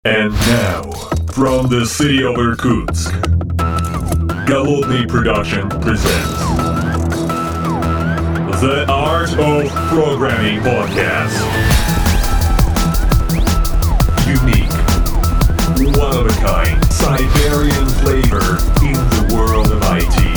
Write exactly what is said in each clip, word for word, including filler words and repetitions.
And now, from the city of Irkutsk, Голодный Production presents The Art of Programming Podcast. Unique, one-of-a-kind, Siberian flavor in the world of ай ти.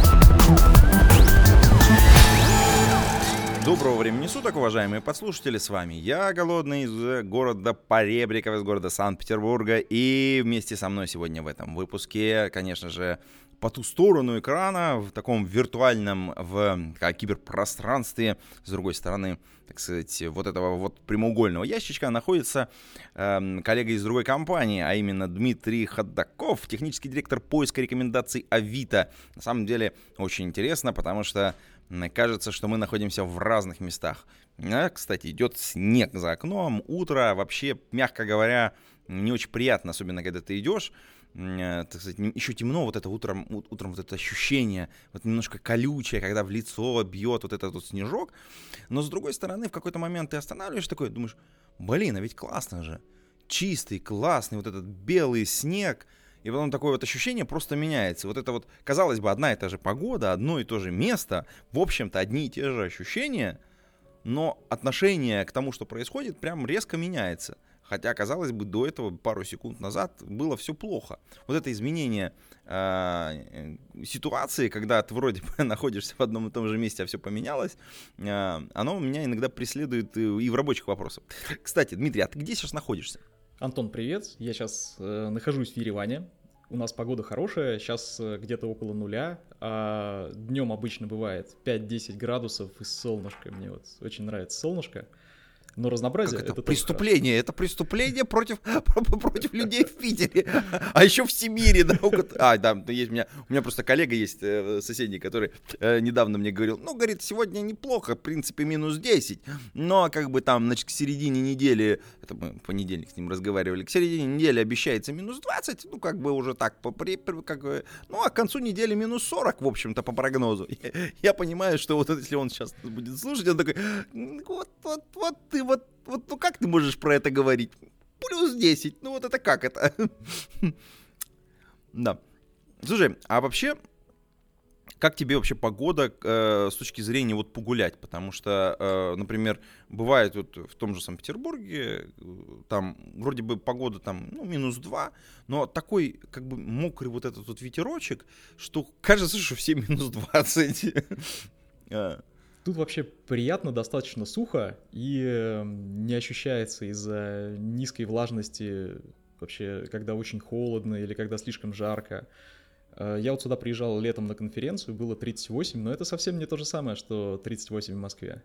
Доброго времени суток, уважаемые подслушатели, с вами я, Голодный, из города Поребриков, из города Санкт-Петербурга, и вместе со мной сегодня в этом выпуске, конечно же, по ту сторону экрана, в таком виртуальном, в как, киберпространстве, с другой стороны, так сказать, вот этого вот прямоугольного ящичка находится э, коллега из другой компании, а именно Дмитрий Ходаков, технический директор поиска рекомендаций Авито. На самом деле очень интересно, потому что кажется, что мы находимся в разных местах. А, кстати, идет снег за окном, утро, вообще, мягко говоря, не очень приятно, особенно когда ты идешь. Так сказать, еще темно, вот это утром, утром вот это ощущение, вот немножко колючее, когда в лицо бьет вот этот вот снежок. Но с другой стороны, в какой-то момент ты останавливаешься такой, думаешь, блин, а ведь классно же. Чистый, классный, вот этот белый снег. И потом такое вот ощущение просто меняется. Вот это вот, казалось бы, одна и та же погода, одно и то же место, в общем-то, одни и те же ощущения, но отношение к тому, что происходит, прям резко меняется. Хотя, казалось бы, до этого, пару секунд назад, было все плохо. Вот это изменение э, ситуации, когда ты вроде бы находишься в одном и том же месте, а все поменялось, э, оно меня иногда преследует и в рабочих вопросах. Кстати, Дмитрий, а ты где сейчас находишься? Антон, привет. Я сейчас э, нахожусь в Ереване. У нас погода хорошая, сейчас э, где-то около нуля, а днем обычно бывает пять-десять градусов и солнышко. Мне вот очень нравится солнышко. Но разнообразие это, это преступление, это преступление против, против людей в Питере, а еще в Сибири. Да, а, да, есть у меня, у меня просто коллега есть э, соседний, который э, недавно мне говорил, ну, говорит, сегодня неплохо, в принципе, минус десять, но как бы там, значит, к середине недели, это мы в понедельник с ним разговаривали, к середине недели обещается минус двадцать, ну, как бы уже так, по, как бы, ну, а к концу недели минус сорок, в общем-то, по прогнозу. Я, я понимаю, что вот если он сейчас будет слушать, он такой, вот, вот, вот ты Вот, вот, ну как ты можешь про это говорить? Плюс десять, ну вот это как это? Да. Слушай, а вообще, как тебе вообще погода э, с точки зрения вот погулять? Потому что, э, например, бывает вот в том же Санкт-Петербурге, там вроде бы погода там, ну, минус два, но такой как бы мокрый вот этот вот ветерочек, что кажется, что все минус двадцать. Тут вообще приятно, достаточно сухо и не ощущается из-за низкой влажности вообще, когда очень холодно или когда слишком жарко. Я вот сюда приезжал летом на конференцию, было тридцать восемь, но это совсем не то же самое, что тридцать восемь в Москве.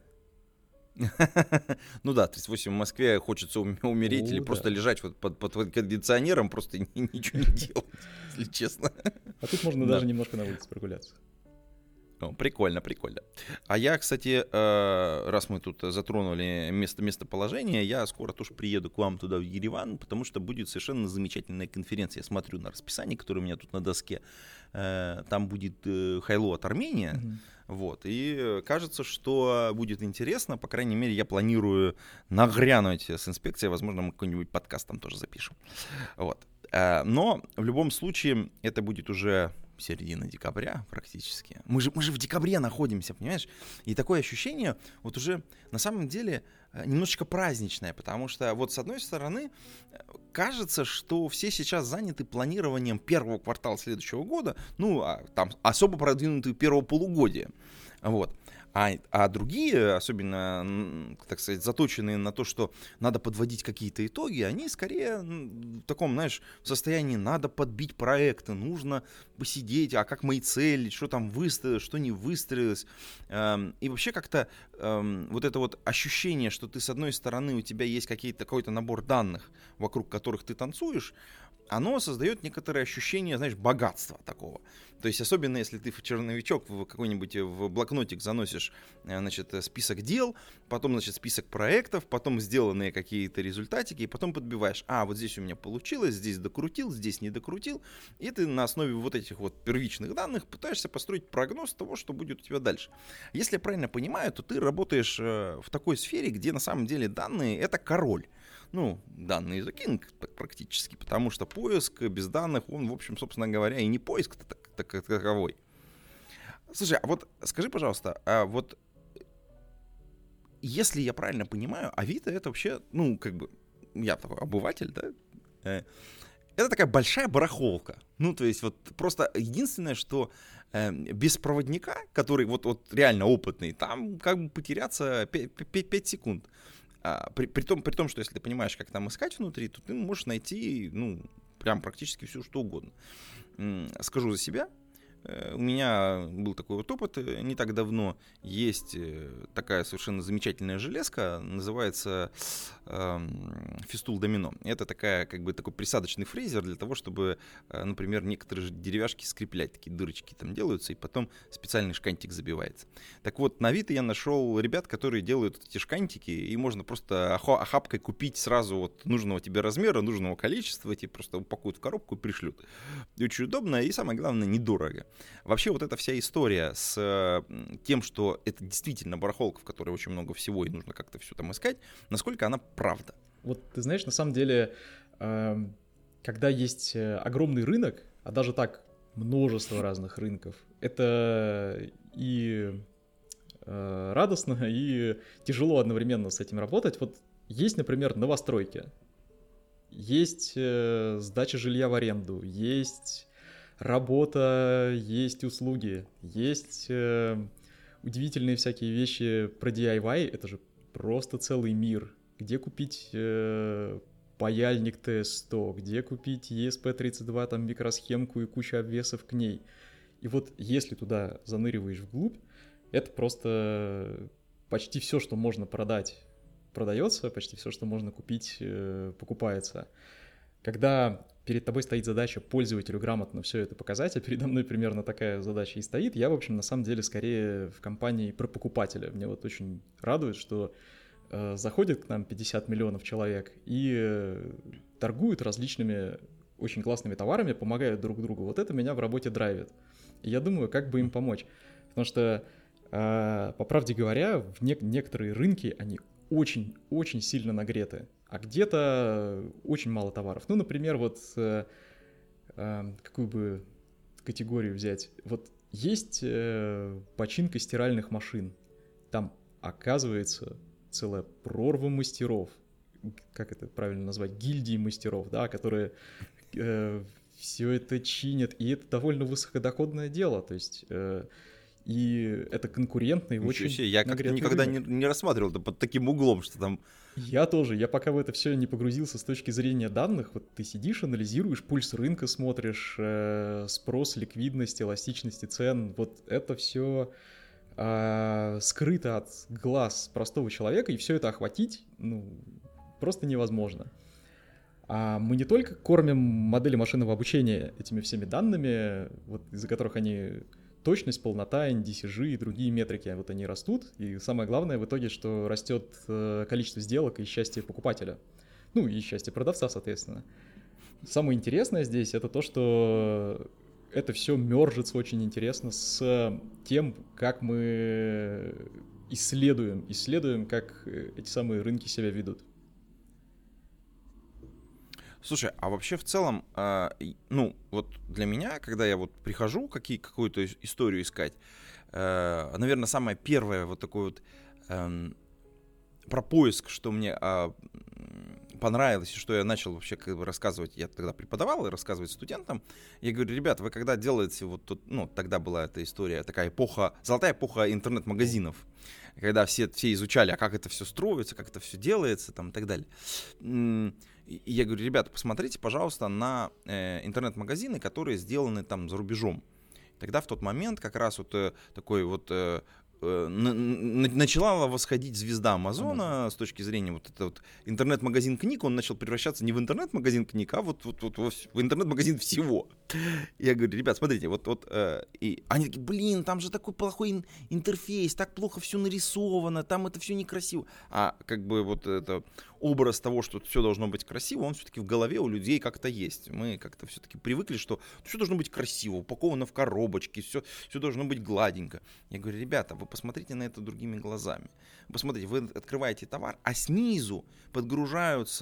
Ну да, тридцать восемь в Москве, хочется умереть или просто лежать под кондиционером, просто ничего не делать, если честно. А тут можно даже немножко на улице прогуляться. Прикольно, прикольно. А я, кстати, раз мы тут затронули место, местоположение, я скоро тоже приеду к вам туда, в Ереван, потому что будет совершенно замечательная конференция. Я смотрю на расписание, которое у меня тут на доске. Там будет Хайло от Армении. Mm-hmm. Вот. И кажется, что будет интересно. По крайней мере, я планирую нагрянуть с инспекцией. Возможно, мы какой-нибудь подкаст там тоже запишем. Вот. Но в любом случае это будет уже середина декабря практически. Мы же, мы же в декабре находимся, понимаешь? И такое ощущение вот уже на самом деле немножечко праздничное, потому что вот с одной стороны кажется, что все сейчас заняты планированием первого квартала следующего года, ну, а там особо продвинутые первого полугодия. Вот. А, а другие, особенно, так сказать, заточенные на то, что надо подводить какие-то итоги, они скорее в таком, знаешь, состоянии надо подбить проекты, нужно посидеть, а как мои цели, что там выстрелилось, что не выстрелилось. И вообще как-то вот это вот ощущение, что ты с одной стороны, у тебя есть какие-то, какой-то набор данных, вокруг которых ты танцуешь, оно создает некоторое ощущение, знаешь, богатства такого. То есть особенно если ты черновичок в какой-нибудь в блокнотик заносишь, значит, список дел, потом, значит, список проектов, потом сделанные какие-то результатики, и потом подбиваешь, а, вот здесь у меня получилось, здесь докрутил, здесь не докрутил, и ты на основе вот этих вот первичных данных пытаешься построить прогноз того, что будет у тебя дальше. Если я правильно понимаю, то ты работаешь в такой сфере, где на самом деле данные — это король. Ну, данные за King, практически, потому что поиск без данных, он, в общем, собственно говоря, и не поиск так, так, таковой. Слушай, а вот скажи, пожалуйста, а вот если я правильно понимаю, Авито это вообще, ну, как бы, я такой обыватель, да, э, это такая большая барахолка. Ну, то есть вот просто единственное, что э, без проводника, который вот, вот реально опытный, там как бы потеряться пять секунд. А, при, при, том, при том, что если ты понимаешь, как там искать внутри, то ты можешь найти, ну, прям практически все, что угодно. М- скажу за себя. У меня был такой вот опыт не так давно. Есть такая совершенно замечательная железка, называется э, Festool Domino. Это такая, как бы, такой присадочный фрезер для того, чтобы, например, некоторые деревяшки скреплять, такие дырочки там делаются, и потом специальный шкантик забивается. Так вот, на Авито я нашел ребят, которые делают эти шкантики, и можно просто охапкой купить сразу вот нужного тебе размера, нужного количества, тебе просто упакуют в коробку и пришлют. И очень удобно, и самое главное, недорого. Вообще вот эта вся история с э, тем, что это действительно барахолка, в которой очень много всего и нужно как-то все там искать, насколько она правда? Вот ты знаешь, на самом деле, э, когда есть огромный рынок, а даже так множество разных рынков, это и э, радостно, и тяжело одновременно с этим работать. Вот есть, например, новостройки, есть э, сдача жилья в аренду, есть... работа, есть услуги, есть э, удивительные всякие вещи про ди ай вай, это же просто целый мир. Где купить э, паяльник ти эс сто, где купить и эс пи тридцать два, там микросхемку и куча обвесов к ней. И вот если туда заныриваешь вглубь, это просто почти все, что можно продать, продается, почти все, что можно купить, э, покупается. Когда перед тобой стоит задача пользователю грамотно все это показать, а передо мной примерно такая задача и стоит, я, в общем, на самом деле скорее в компании про покупателя. Мне вот очень радует, что э, заходит к нам пятьдесят миллионов человек и э, торгуют различными очень классными товарами, помогают друг другу. Вот это меня в работе драйвит. И я думаю, как бы им помочь. Потому что, э, по правде говоря, в не- некоторые рынки, они очень-очень сильно нагреты. А где-то очень мало товаров. Ну, например, вот э, э, какую бы категорию взять? Вот есть э, починка стиральных машин. Там, оказывается, целая прорва мастеров. Как это правильно назвать? Гильдии мастеров, да, которые э, все это чинят. И это довольно высокодоходное дело. То есть... Э, и это конкурентно и Ничего очень себе, я как-то никогда не, не рассматривал это под таким углом, что там... Я тоже, я пока в это все не погрузился с точки зрения данных, вот ты сидишь, анализируешь, пульс рынка смотришь, э, спрос, ликвидность, эластичности цен, вот это все э, скрыто от глаз простого человека, и все это охватить, ну, просто невозможно. А мы не только кормим модели машинного обучения этими всеми данными, вот из-за которых они... Точность, полнота, эн ди си джи и другие метрики, вот они растут, и самое главное в итоге, что растет количество сделок и счастье покупателя, ну и счастье продавца, соответственно. Самое интересное здесь это то, что это все мержится очень интересно с тем, как мы исследуем, исследуем, как эти самые рынки себя ведут. Слушай, а вообще в целом, э, ну, вот для меня, когда я вот прихожу какие, какую-то историю искать, э, наверное, самое первое вот такое вот э, про поиск, что мне э, понравилось, и что я начал вообще как бы рассказывать, я тогда преподавал и рассказывать студентам, я говорю, ребят, вы когда делаете вот тут, ну, тогда была эта история, такая эпоха, золотая эпоха интернет-магазинов, когда все, все изучали, а как это все строится, как это все делается, там, и так далее. И я говорю, ребята, посмотрите, пожалуйста, на э, интернет-магазины, которые сделаны там за рубежом. Тогда в тот момент как раз вот э, такой вот э, э, на, на, начала восходить звезда Амазона mm-hmm. с точки зрения вот это вот интернет-магазин книг, он начал превращаться не в интернет-магазин книг, а вот, вот, вот, вот в интернет-магазин всего. Я говорю, ребят, смотрите, вот, вот э, и они такие, блин, там же такой плохой интерфейс, так плохо все нарисовано, там это все некрасиво. А как бы вот это образ того, что все должно быть красиво, он все-таки в голове у людей как-то есть. Мы как-то все-таки привыкли, что все должно быть красиво, упаковано в коробочки, все, все должно быть гладенько. Я говорю, ребята, вы посмотрите на это другими глазами. Посмотрите, вы открываете товар, а снизу подгружаются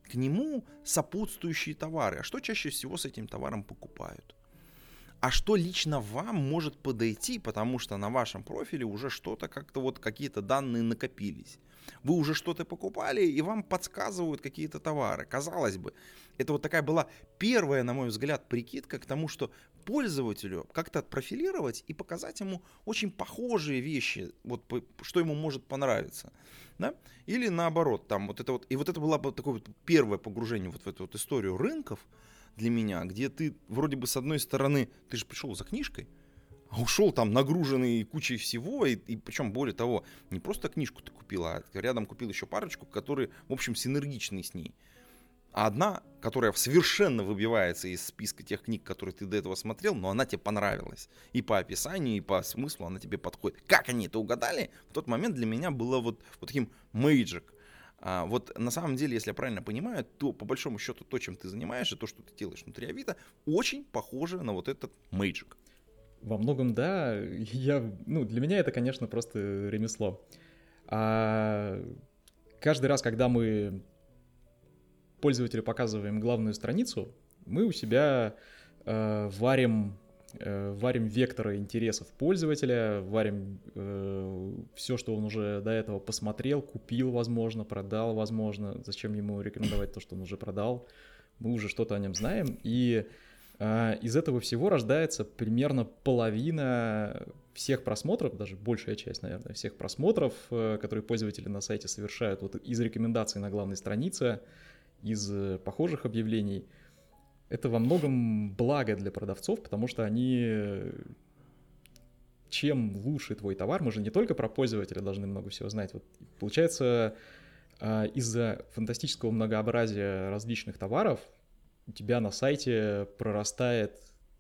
к нему сопутствующие товары. А что чаще всего с этим товаром покупают? А что лично вам может подойти, потому что на вашем профиле уже что-то, как-то вот какие-то данные накопились. Вы уже что-то покупали, и вам подсказывают какие-то товары. Казалось бы, это вот такая была первая, на мой взгляд, прикидка к тому, что пользователю как-то профилировать и показать ему очень похожие вещи, вот что ему может понравиться. Да? Или наоборот, там вот это вот, и вот это было бы такое вот первое погружение вот в эту вот историю рынков для меня, где ты вроде бы с одной стороны, ты же пришел за книжкой, а ушел там нагруженный кучей всего, и, и причем более того, не просто книжку ты купил, а рядом купил еще парочку, которые, в общем, синергичны с ней. А одна, которая совершенно выбивается из списка тех книг, которые ты до этого смотрел, но она тебе понравилась. И по описанию, и по смыслу она тебе подходит. Как они это угадали, в тот момент для меня было вот, вот таким magic. А вот на самом деле, если я правильно понимаю, то по большому счету то, чем ты занимаешься, то, что ты делаешь внутри Авито, очень похоже на вот этот magic. Во многом, да. Я, ну, для меня это, конечно, просто ремесло. А каждый раз, когда мы пользователю показываем главную страницу, мы у себя э, варим, э, варим векторы интересов пользователя, варим э, все, что он уже до этого посмотрел, купил, возможно, продал, возможно. Зачем ему рекомендовать то, что он уже продал? Мы уже что-то о нем знаем, и э, из этого всего рождается примерно половина всех просмотров, даже большая часть, наверное, всех просмотров, э, которые пользователи на сайте совершают вот из рекомендаций на главной странице, из похожих объявлений. Это во многом благо для продавцов, потому что они... Чем лучше твой товар, мы же не только про пользователя должны много всего знать. Вот, получается, из-за фантастического многообразия различных товаров у тебя на сайте прорастает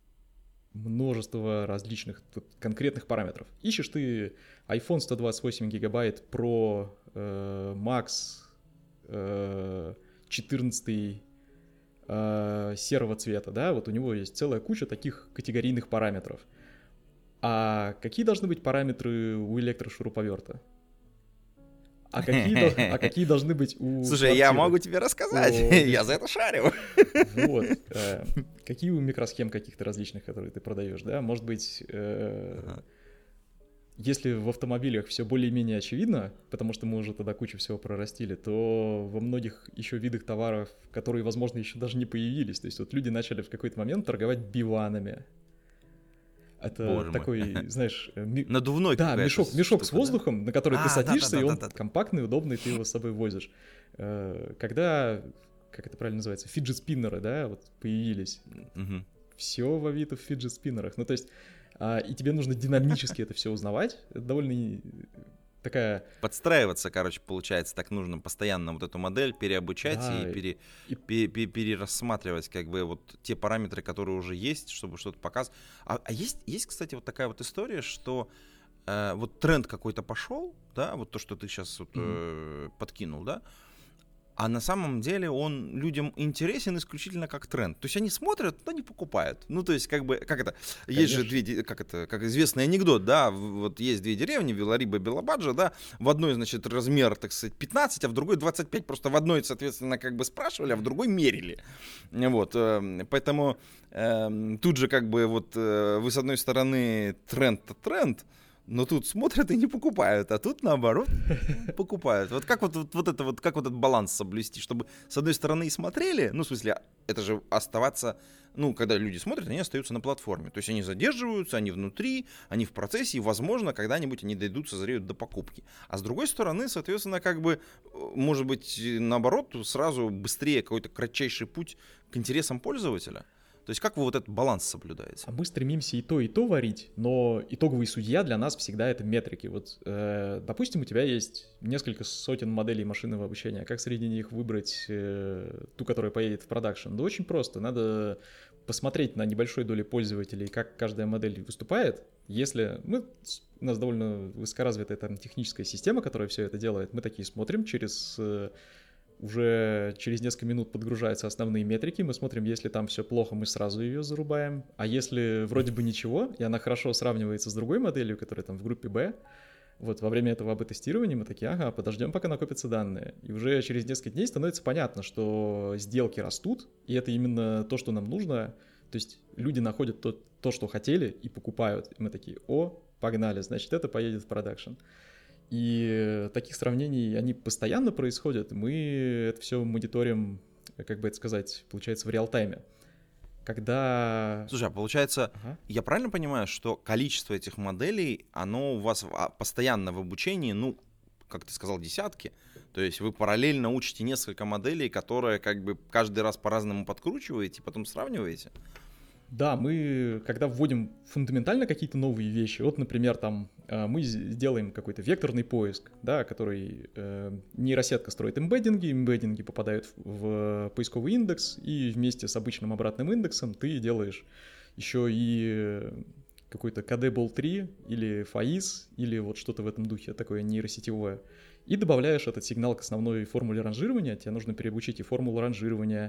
множество различных конкретных параметров. Ищешь ты iPhone сто двадцать восемь гигабайт Pro э, Max э, четырнадцатый э, серого цвета, да, вот у него есть целая куча таких категорийных параметров. А какие должны быть параметры у электрошуруповерта? А какие, а какие должны быть у Слушай, квартиры? Я могу тебе рассказать, О, я за это шарю. Вот. Э, какие у микросхем каких-то различных, которые ты продаешь, да? Может быть, э, ага. Если в автомобилях все более-менее очевидно, потому что мы уже тогда кучу всего прорастили, то во многих еще видах товаров, которые, возможно, еще даже не появились. То есть вот люди начали в какой-то момент торговать биванами. Это Боже такой, мой. знаешь... Ми... Надувной Да, мешок, мешок штука, с воздухом, да? на который а, ты садишься, да, да, да, и он да, да, да. компактный, удобный, ты его с собой возишь. Когда, как это правильно называется, фиджет-спиннеры, да, вот появились. Угу. Все в Авито в фиджет-спиннерах. Ну, то есть, и тебе нужно динамически это все узнавать. Это довольно такая... Подстраиваться, короче, получается, так нужно постоянно вот эту модель переобучать да, и, пере, и... Пере, пере, перерассматривать как бы вот те параметры, которые уже есть, чтобы что-то показывать. А, а есть, есть, кстати, вот такая вот история, что э, вот тренд какой-то пошел, да, вот то, что ты сейчас вот, mm-hmm. э, подкинул, да, а на самом деле он людям интересен исключительно как тренд. То есть они смотрят, но не покупают. Ну, то есть, как бы, как это, Конечно. Есть же две, как это, как известный анекдот, да, вот есть две деревни, Вилариба и Белобаджа, да, в одной, значит, размер, так сказать, пятнадцать, а в другой двадцать пять, просто в одной, соответственно, как бы спрашивали, а в другой мерили. Вот, поэтому э, тут же, как бы, вот, э, вы, с одной стороны, тренд-то тренд, но тут смотрят и не покупают, а тут наоборот покупают. Вот как вот, вот, вот это вот, как вот этот баланс соблюсти, чтобы с одной стороны и смотрели, ну в смысле это же оставаться, ну когда люди смотрят, они остаются на платформе, то есть они задерживаются, они внутри, они в процессе, и возможно когда-нибудь они дойдут, созреют до покупки. А с другой стороны, соответственно, как бы, может быть, наоборот, сразу быстрее какой-то кратчайший путь к интересам пользователя. То есть как вы вот этот баланс соблюдаете? А мы стремимся и то, и то варить, но итоговый судья для нас всегда это метрики. Вот, э, допустим, у тебя есть несколько сотен моделей машинного обучения. Как среди них выбрать э, ту, которая поедет в продакшн? Да очень просто. Надо посмотреть на небольшой доли пользователей, как каждая модель выступает. Если мы, у нас довольно высокоразвитая там техническая система, которая все это делает, мы такие смотрим через... Э, уже через несколько минут подгружаются основные метрики, мы смотрим, если там все плохо, мы сразу ее зарубаем, а если вроде бы ничего, и она хорошо сравнивается с другой моделью, которая там в группе Б, Вот во время этого эй би-тестирования мы такие, ага, подождем, пока накопятся данные. И уже через несколько дней становится понятно, что сделки растут, и это именно то, что нам нужно. То есть люди находят то, то что хотели, и покупают. И мы такие, о, погнали, значит, это поедет в продакшн. И таких сравнений, они постоянно происходят. Мы это все мониторим, как бы это сказать, получается, в реал-тайме. Когда... Слушай, а получается, ага. я правильно понимаю, что количество этих моделей, оно у вас постоянно в обучении, ну, как ты сказал, десятки? То есть вы параллельно учите несколько моделей, которые как бы каждый раз по-разному подкручиваете, потом сравниваете? Да, мы, когда вводим фундаментально какие-то новые вещи, вот, например, там мы сделаем какой-то векторный поиск, да, который э, нейросетка строит эмбеддинги, эмбеддинги попадают в поисковый индекс, и вместе с обычным обратным индексом ты делаешь еще и какой-то кей ди бол три или фаиз, или вот что-то в этом духе, такое нейросетевое, и добавляешь этот сигнал к основной формуле ранжирования. Тебе нужно переобучить и формулу ранжирования,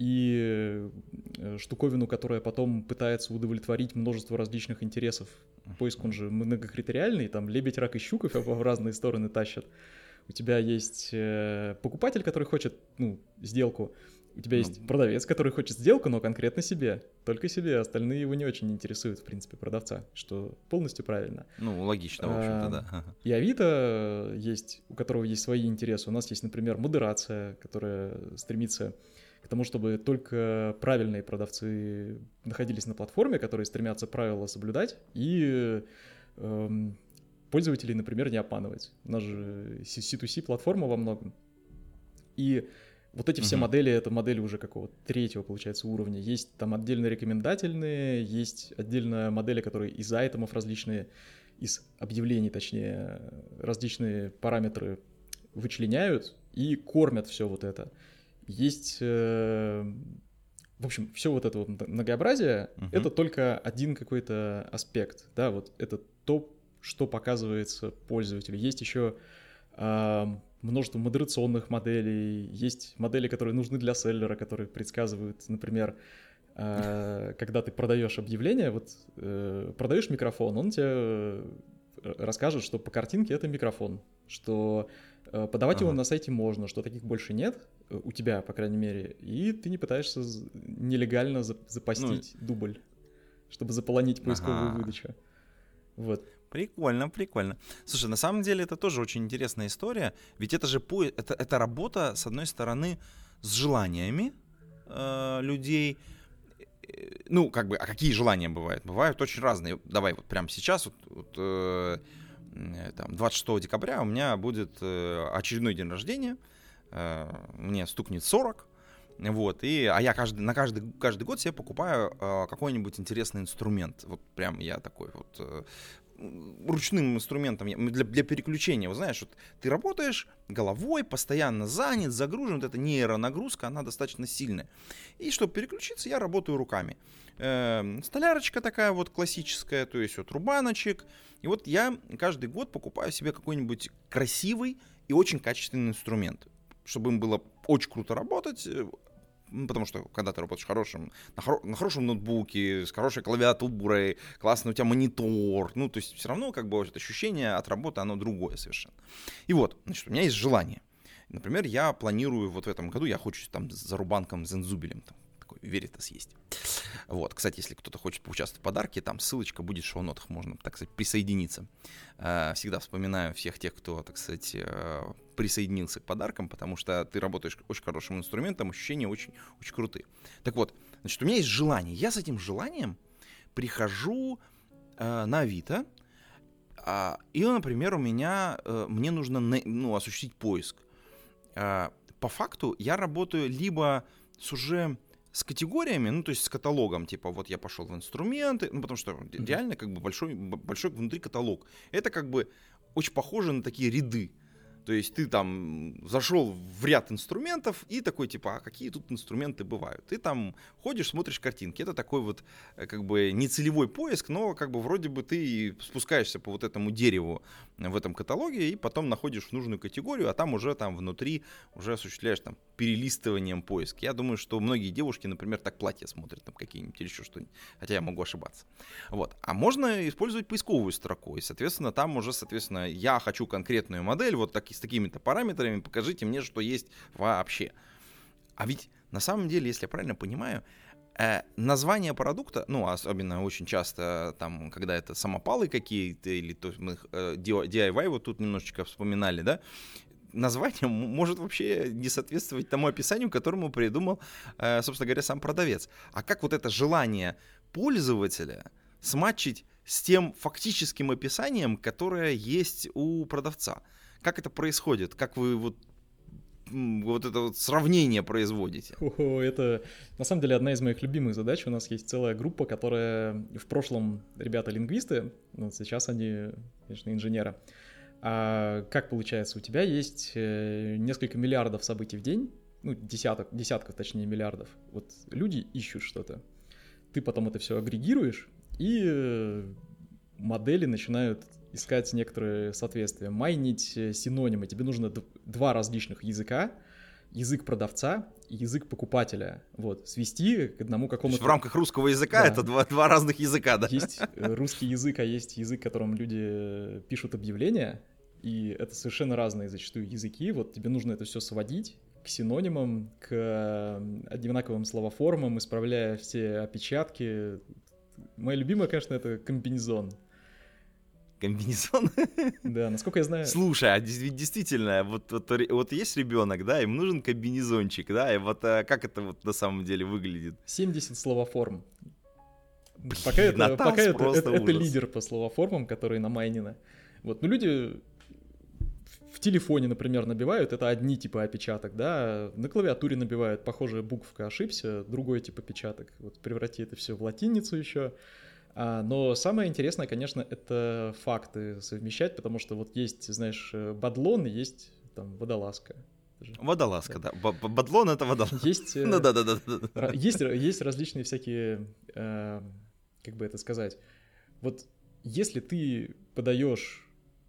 и штуковину, которая потом пытается удовлетворить множество различных интересов. Поиск, он же многокритериальный, там лебедь, рак и щука в разные стороны тащат. У тебя есть покупатель, который хочет, ну, сделку, у тебя есть продавец, который хочет сделку, но конкретно себе, только себе, остальные его не очень интересуют, в принципе, продавца, что полностью правильно. Ну, логично, в общем-то, да. И Авито есть, у которого есть свои интересы. У нас есть, например, модерация, которая стремится к тому, чтобы только правильные продавцы находились на платформе, которые стремятся правила соблюдать, и э, пользователей, например, не обманывать. У нас же си ту си платформа во многом. И вот эти все uh-huh. модели, это модели уже какого-то третьего, получается, уровня. Есть там отдельно рекомендательные, есть отдельно модели, которые из айтемов различные, из объявлений, точнее, различные параметры вычленяют и кормят все вот это. Есть, э, в общем, все вот это вот многообразие, uh-huh. это только один какой-то аспект, да, вот это то, что показывается пользователю. Есть еще э, множество модерационных моделей, есть модели, которые нужны для селлера, которые предсказывают, например, э, когда ты продаешь объявление, вот э, продаешь микрофон, он тебе расскажет, что по картинке это микрофон, что э, подавать ага. его на сайте можно, что таких больше нет, у тебя, по крайней мере, и ты не пытаешься нелегально запостить ну, дубль, чтобы заполонить поисковую ага. выдачу. Вот. Прикольно, прикольно. Слушай, на самом деле это тоже очень интересная история, ведь это же по... это, это работа, с одной стороны, с желаниями э, людей. Ну, как бы, а какие желания бывают? Бывают очень разные. Давай вот прямо сейчас, вот, вот, э, там, двадцать шестого декабря у меня будет э, очередной день рождения, э, мне стукнет сорок, вот, и, а я каждый, на каждый, каждый год себе покупаю э, какой-нибудь интересный инструмент. Вот прям я такой вот... Э, ручным инструментом для, для переключения. Вот знаешь, вот ты работаешь головой, постоянно занят, загружен, вот эта нейронагрузка, она достаточно сильная. И чтобы переключиться, я работаю руками. Э, столярочка такая вот классическая, то есть вот рубаночек. И вот я каждый год покупаю себе какой-нибудь красивый и очень качественный инструмент, чтобы им было очень круто работать. Потому что когда ты работаешь хорошим, на, хоро, на хорошем ноутбуке, с хорошей клавиатурой, классный у тебя монитор, ну, то есть все равно как бы вот ощущение от работы, оно другое совершенно. И вот, значит, у меня есть желание. Например, я планирую вот в этом году, я хочу там за рубанком Зензубелем, там, такой Veritas есть. Вот, кстати, если кто-то хочет поучаствовать в подарке, там ссылочка будет в шоу-нотах, можно, так сказать, присоединиться. Всегда вспоминаю всех тех, кто, так сказать, присоединился к подаркам, потому что ты работаешь очень хорошим инструментом, ощущения очень, очень крутые. Так вот, значит, у меня есть желание. Я с этим желанием прихожу э, на Авито, э, и, например, у меня, э, мне нужно ну, осуществить поиск. Э, по факту я работаю либо с уже с категориями, ну, то есть с каталогом, типа, вот я пошел в инструменты, ну, потому что mm-hmm. реально как бы большой, большой внутри каталог. Это как бы очень похоже на такие ряды. То есть ты там зашел в ряд инструментов и такой типа, а какие тут инструменты бывают? Ты там ходишь, смотришь картинки. Это такой вот как бы нецелевой поиск, но как бы вроде бы ты спускаешься по вот этому дереву в этом каталоге и потом находишь нужную категорию, а там уже там внутри уже осуществляешь там перелистыванием поиск. Я думаю, что многие девушки, например, так платья смотрят там какие-нибудь или еще что-нибудь. Хотя я могу ошибаться. Вот. А можно использовать поисковую строку. И, соответственно, там уже, соответственно, я хочу конкретную модель, вот так, с такими-то параметрами, покажите мне, что есть вообще. А ведь на самом деле, если я правильно понимаю, э, название продукта, ну, особенно очень часто, там, когда это самопалы какие-то, или то, мы э, ди ай вай вот тут немножечко вспоминали, да, название может вообще не соответствовать тому описанию, которому придумал, э, собственно говоря, сам продавец. А как вот это желание пользователя сматчить с тем фактическим описанием, которое есть у продавца? Как это происходит? Как вы вот, вот это вот сравнение производите? О, это на самом деле одна из моих любимых задач. У нас есть целая группа, которая в прошлом ребята лингвисты, но сейчас они, конечно, инженеры. А как получается? У тебя есть несколько миллиардов событий в день, ну, десяток, десятков, точнее, миллиардов. Вот люди ищут что-то. Ты потом это все агрегируешь, и модели начинают искать некоторые соответствия, майнить синонимы. Тебе нужно два различных языка, язык продавца и язык покупателя, вот, свести к одному какому-то... В рамках русского языка да. это два, два разных языка, да? Есть русский язык, а есть язык, которым люди пишут объявления, и это совершенно разные зачастую языки, вот тебе нужно это все сводить к синонимам, к одинаковым словоформам, исправляя все опечатки. Моя любимая, конечно, это комбинезон. Комбинезон? Да, насколько я знаю... Слушай, а действительно, вот, вот, вот есть ребенок, да, им нужен комбинезончик, да, и вот а как это вот на самом деле выглядит? семьдесят словоформ. Блин, пока это, пока это, это, это лидер по словоформам, которые намайнены. Вот, ну люди в телефоне, например, набивают, это одни типа опечаток, да, на клавиатуре набивают, похожая буковка ошибся, другой тип опечаток. Вот преврати это все в латиницу еще. А, но самое интересное, конечно, это факты совмещать, потому что вот есть, знаешь, бадлон и есть там водолазка. Водолазка, да. да. Бадлон — это водолазка. Есть, ну, да, да, да, да. Есть, есть различные всякие, э, как бы это сказать, вот если ты подаешь,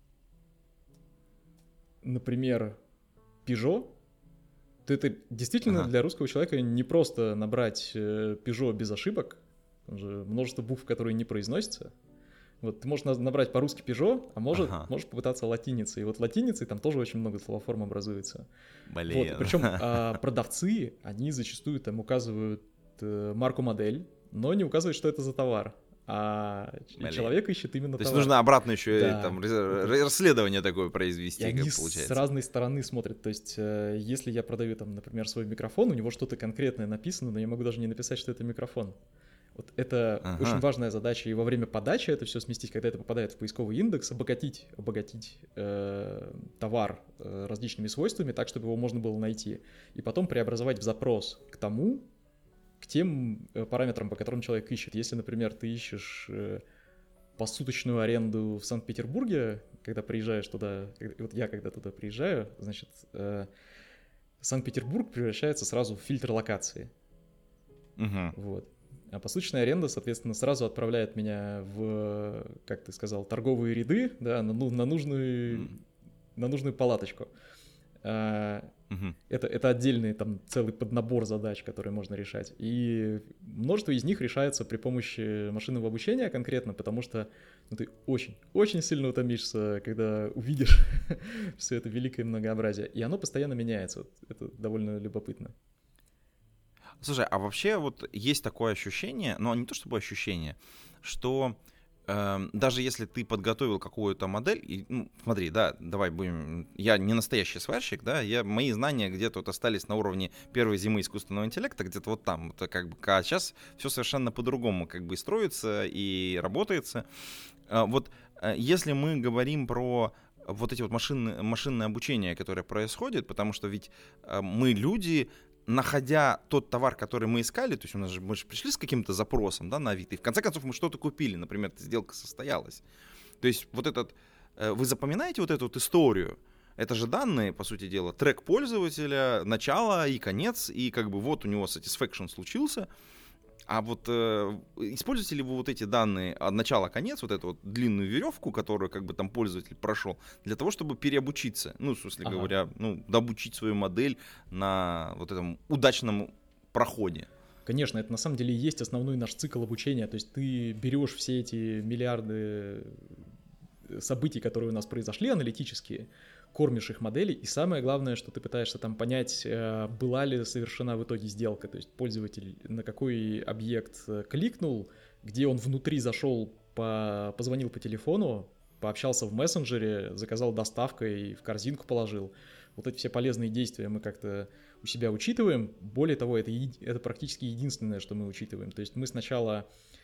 например, Peugeot, то это действительно ага. для русского человека не просто набрать Peugeot без ошибок. Там же множество букв, которые не произносятся. Вот ты можешь набрать по-русски Peugeot, а может, ага. можешь попытаться латиницей. И вот латиницей там тоже очень много словоформ образуется. Блин. Вот. Причем а, продавцы, они зачастую там указывают э, марку-модель, но не указывают, что это за товар. А Блин. человек ищет именно То товар. То есть нужно обратно еще да. там, расследование такое произвести, и как они получается. С разной стороны смотрят. То есть э, если я продаю, там, например, свой микрофон, у него что-то конкретное написано, но я могу даже не написать, что это микрофон. Вот это ага. очень важная задача, и во время подачи это все сместить, когда это попадает в поисковый индекс, обогатить, обогатить э, товар э, различными свойствами, так, чтобы его можно было найти, и потом преобразовать в запрос к тому, к тем э, параметрам, по которым человек ищет. Если, например, ты ищешь э, посуточную аренду в Санкт-Петербурге, когда приезжаешь туда, вот я когда туда приезжаю, значит, э, Санкт-Петербург превращается сразу в фильтр локации. Угу. Вот. А посуточная аренда, соответственно, сразу отправляет меня в, как ты сказал, торговые ряды, да, на, на, нужную, mm. на нужную палаточку. А, mm-hmm. это, это отдельный там целый поднабор задач, которые можно решать. И множество из них решается при помощи машинного обучения конкретно, потому что ну, ты очень, очень сильно утомишься, когда увидишь все это великое многообразие. И оно постоянно меняется. Это довольно любопытно. Слушай, а вообще вот есть такое ощущение, но не то чтобы ощущение, что э, даже если ты подготовил какую-то модель, и, ну, смотри, да, давай будем, я не настоящий сварщик, да, я, мои знания где-то вот остались на уровне первой зимы искусственного интеллекта, где-то вот там, это как бы, а сейчас все совершенно по-другому как бы строится и работается. Э, вот э, если мы говорим про вот эти вот машины, машинное обучение, которое происходит, потому что ведь э, мы люди, находя тот товар, который мы искали, то есть у нас же, мы же пришли с каким-то запросом, да, на Авито, и в конце концов мы что-то купили, например, эта сделка состоялась. То есть вот этот, вы запоминаете вот эту вот историю, это же данные, по сути дела, трек пользователя, начало и конец, и как бы вот у него satisfaction случился. А вот э, используете ли вы вот эти данные от начала конец, вот эту вот длинную веревку, которую как бы там пользователь прошел, для того, чтобы переобучиться, ну, в смысле ага. говоря, ну, дообучить свою модель на вот этом удачном проходе? Конечно, это на самом деле и есть основной наш цикл обучения, то есть ты берешь все эти миллиарды событий, которые у нас произошли, аналитические, кормишь их модели, и самое главное, что ты пытаешься там понять, была ли совершена в итоге сделка, то есть пользователь на какой объект кликнул, где он внутри зашел, по... позвонил по телефону, пообщался в мессенджере, заказал доставкой, в корзинку положил. Вот эти все полезные действия мы как-то у себя учитываем. Более того, это, еди... это практически единственное, что мы учитываем. То есть мы сначала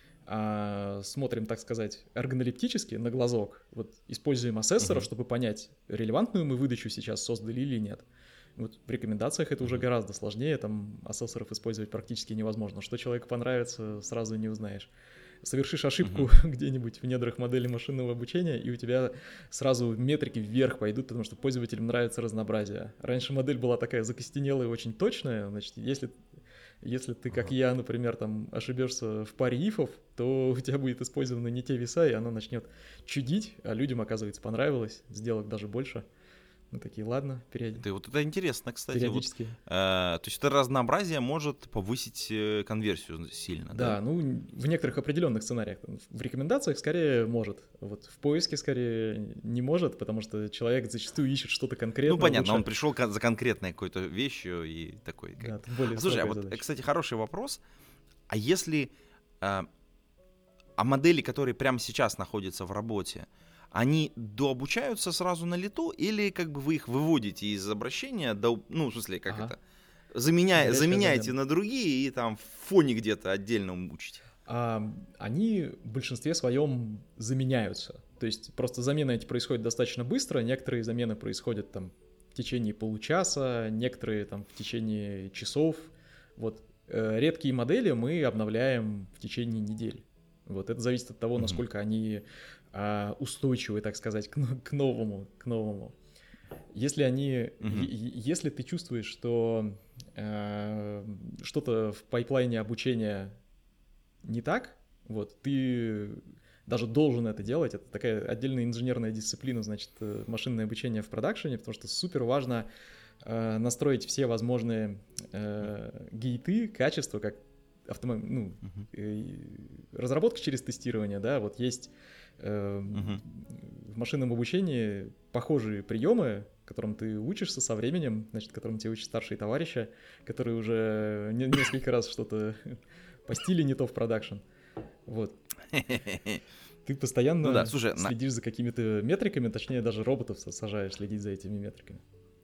а, смотрим, так сказать, эргонометрически на глазок, вот используем ассессоров, uh-huh. чтобы понять, релевантную мы выдачу сейчас создали или нет. Вот в рекомендациях это уже гораздо сложнее, там ассессоров использовать практически невозможно. Что человеку понравится, сразу не узнаешь. Совершишь ошибку uh-huh. где-нибудь в недрах модели машинного обучения, и у тебя сразу метрики вверх пойдут, потому что пользователям нравится разнообразие. Раньше модель была такая закостенелая и очень точная, значит, если, если ты, как uh-huh. я, например, там ошибешься в паре ифов, то у тебя будет использованы не те веса, и она начнет чудить, а людям, оказывается, понравилось, сделок даже больше. Мы такие, ладно, периодически. Вот это интересно, кстати. Периодически. Вот, э, то есть это разнообразие может повысить конверсию сильно, да? Да, ну в некоторых определенных сценариях. В рекомендациях скорее может, вот в поиске скорее не может, потому что человек зачастую ищет что-то конкретное. Ну понятно, лучше... он пришел за конкретной какой-то вещью и такой. Как... Да, более Слушай, а вот, задача. Кстати, хороший вопрос. А если э, а модели, которые прямо сейчас находятся в работе, они дообучаются сразу на лету, или как бы вы их выводите из обращения, до, ну, в смысле, как ага. это, заменя, заменяете замена. на другие и там в фоне где-то отдельно учите? А, они в большинстве своем заменяются. То есть просто замены эти происходят достаточно быстро, некоторые замены происходят там в течение получаса, некоторые там в течение часов. Вот э, редкие модели мы обновляем в течение недель. Вот это зависит от того, mm-hmm. насколько они устойчивые, так сказать, к, к новому, к новому. Если они, mm-hmm. е- если ты чувствуешь, что э, что-то в пайплайне обучения не так, вот, ты даже должен это делать. Это такая отдельная инженерная дисциплина, значит, машинное обучение в продакшене, потому что супер важно э, настроить все возможные э, гейты, качества, как автом... ну, uh-huh. э, разработка через тестирование, да, вот есть э, uh-huh. в машинном обучении похожие приемы, которым ты учишься со временем, значит, которым тебя учат старшие товарищи, которые уже не, несколько раз что-то постили не то в продакшн. Вот. Ты постоянно ну да, слушай, следишь на... за какими-то метриками, точнее, даже роботов сажаешь следить за этими метриками.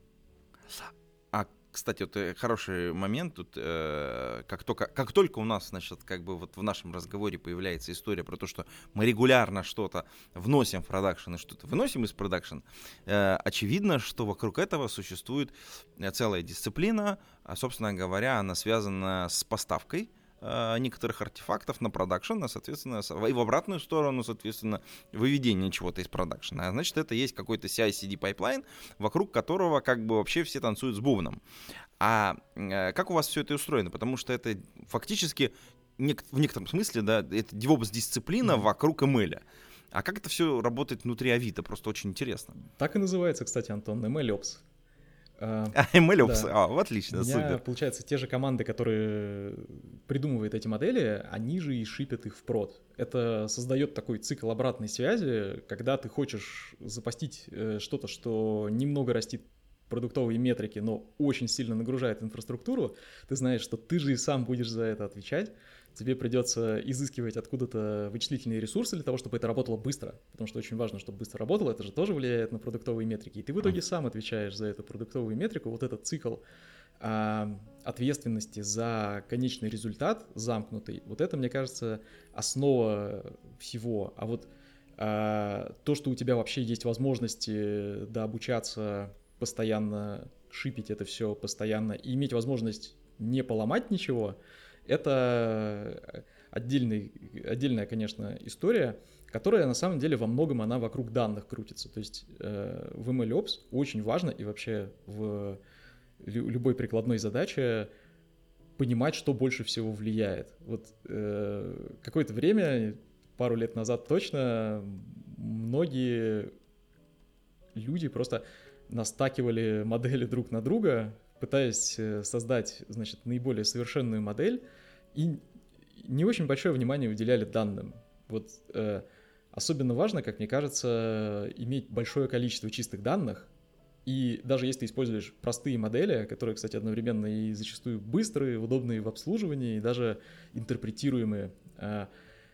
А, кстати, вот хороший момент тут, э, как, только, как только у нас, значит, как бы вот в нашем разговоре появляется история про то, что мы регулярно что-то вносим в продакшн и что-то выносим из продакшн, э, очевидно, что вокруг этого существует целая дисциплина, а, собственно говоря, она связана с поставкой некоторых артефактов на продакшн, соответственно, и в обратную сторону, соответственно, выведение чего-то из продакшна. А значит, это есть какой-то си ай си ди пайплайн, вокруг которого как бы вообще все танцуют с бубном. А как у вас все это устроено? Потому что это фактически в некотором смысле, да, это DevOps-дисциплина mm-hmm. вокруг эм эл. А как это все работает внутри Авито? Просто очень интересно. Так и называется, кстати, Антон, эм эл-Ops. А, эм эл-Ops, да. а, отлично, У меня, супер. Получается, те же команды, которые придумывают эти модели, они же и шипят их в прод. Это создает такой цикл обратной связи, когда ты хочешь запостить что-то, что немного растит продуктовые метрики, но очень сильно нагружает инфраструктуру, ты знаешь, что ты же и сам будешь за это отвечать. Тебе придется изыскивать откуда-то вычислительные ресурсы для того, чтобы это работало быстро, потому что очень важно, чтобы быстро работало, это же тоже влияет на продуктовые метрики, и ты в итоге сам отвечаешь за эту продуктовую метрику. Вот этот цикл а, ответственности за конечный результат замкнутый, вот это, мне кажется, основа всего. А вот а, то, что у тебя вообще есть возможности дообучаться, постоянно шипить это все, постоянно, и иметь возможность не поломать ничего, это отдельный, отдельная, конечно, история. которая на самом деле во многом она вокруг данных крутится. То есть э, в MLOps очень важно и вообще в лю- любой прикладной задаче понимать, что больше всего влияет. Вот э, какое-то время, пару лет назад точно, многие люди просто настакивали модели друг на друга, пытаясь создать, значит, наиболее совершенную модель, и не очень большое внимание уделяли данным. Вот э, особенно важно, как мне кажется, иметь большое количество чистых данных, и даже если ты используешь простые модели, которые, кстати, одновременно и зачастую быстрые, удобные в обслуживании, и даже интерпретируемые, э,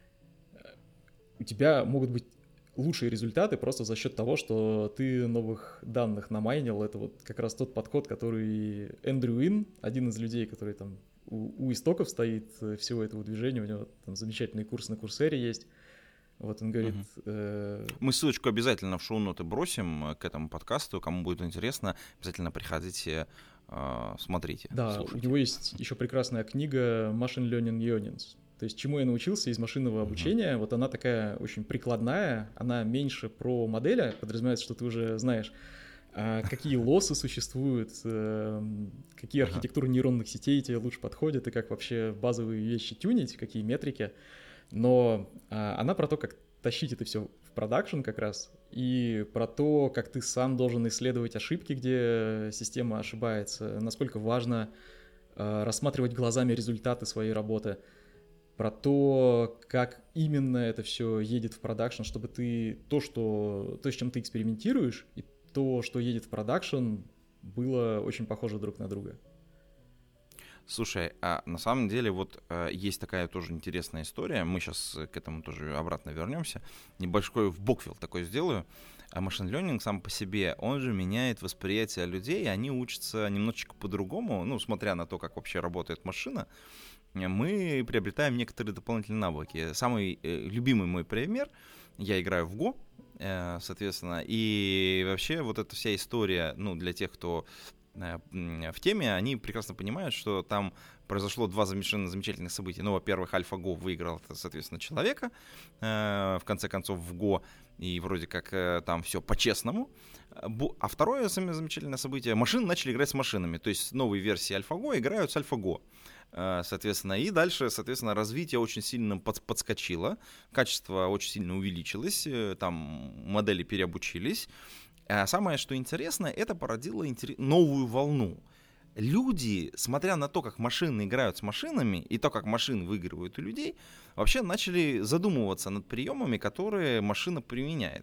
у тебя могут быть лучшие результаты просто за счет того, что ты новых данных намайнил. Это вот как раз тот подход, который Эндрю Ин, один из людей, который там у, у истоков стоит всего этого движения, у него там замечательный курс на Курсере есть. Вот он говорит... Угу. Э... Мы ссылочку обязательно в шоу-ноты бросим к этому подкасту. Кому будет интересно, обязательно приходите, э, смотрите. Да, слушайте. У него есть еще прекрасная книга Machine Learning Yearnings. То есть чему я научился из машинного обучения, uh-huh. вот она такая очень прикладная, она меньше про модели, подразумевается, что ты уже знаешь, какие лоссы существуют, какие архитектуры нейронных сетей тебе лучше подходят и как вообще базовые вещи тюнить, какие метрики. Но она про то, как тащить это все в продакшн как раз, и про то, как ты сам должен исследовать ошибки, где система ошибается, насколько важно рассматривать глазами результаты своей работы, про то, как именно это все едет в продакшн, чтобы ты то, что, то, с чем ты экспериментируешь, и то, что едет в продакшн, было очень похоже друг на друга. Слушай, а на самом деле вот э, есть такая тоже интересная история, мы сейчас к этому тоже обратно вернемся, небольшой вбоквилл такой сделаю. А машин learning сам по себе, он же меняет восприятие людей, и они учатся немножечко по-другому, ну, смотря на то, как вообще работает машина, мы приобретаем некоторые дополнительные навыки. Самый э, любимый мой пример, я играю в Go, э, соответственно, и вообще вот эта вся история, ну, для тех, кто э, в теме, они прекрасно понимают, что там произошло два совершенно замечательных события. Ну, во-первых, AlphaGo выиграл, соответственно, человека, э, в конце концов, в Go, и вроде как э, там все по-честному. А второе самое замечательное событие, машины начали играть с машинами, то есть новые версии AlphaGo играют с AlphaGo. Соответственно, и дальше, соответственно, развитие очень сильно подскочило, качество очень сильно увеличилось, там модели переобучились. А самое, что интересно, это породило новую волну. Люди, смотря на то, как машины играют с машинами, и то, как машины выигрывают у людей, вообще начали задумываться над приемами, которые машина применяет.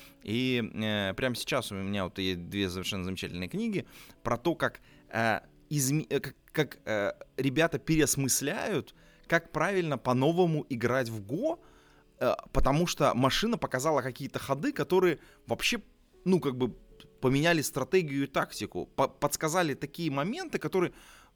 И э, прямо сейчас у меня вот есть две совершенно замечательные книги про то, как... Э, Изме... как, как э, ребята переосмысляют, как правильно по-новому играть в Go, э, потому что машина показала какие-то ходы, которые вообще, ну, как бы поменяли стратегию и тактику, по- подсказали такие моменты, которые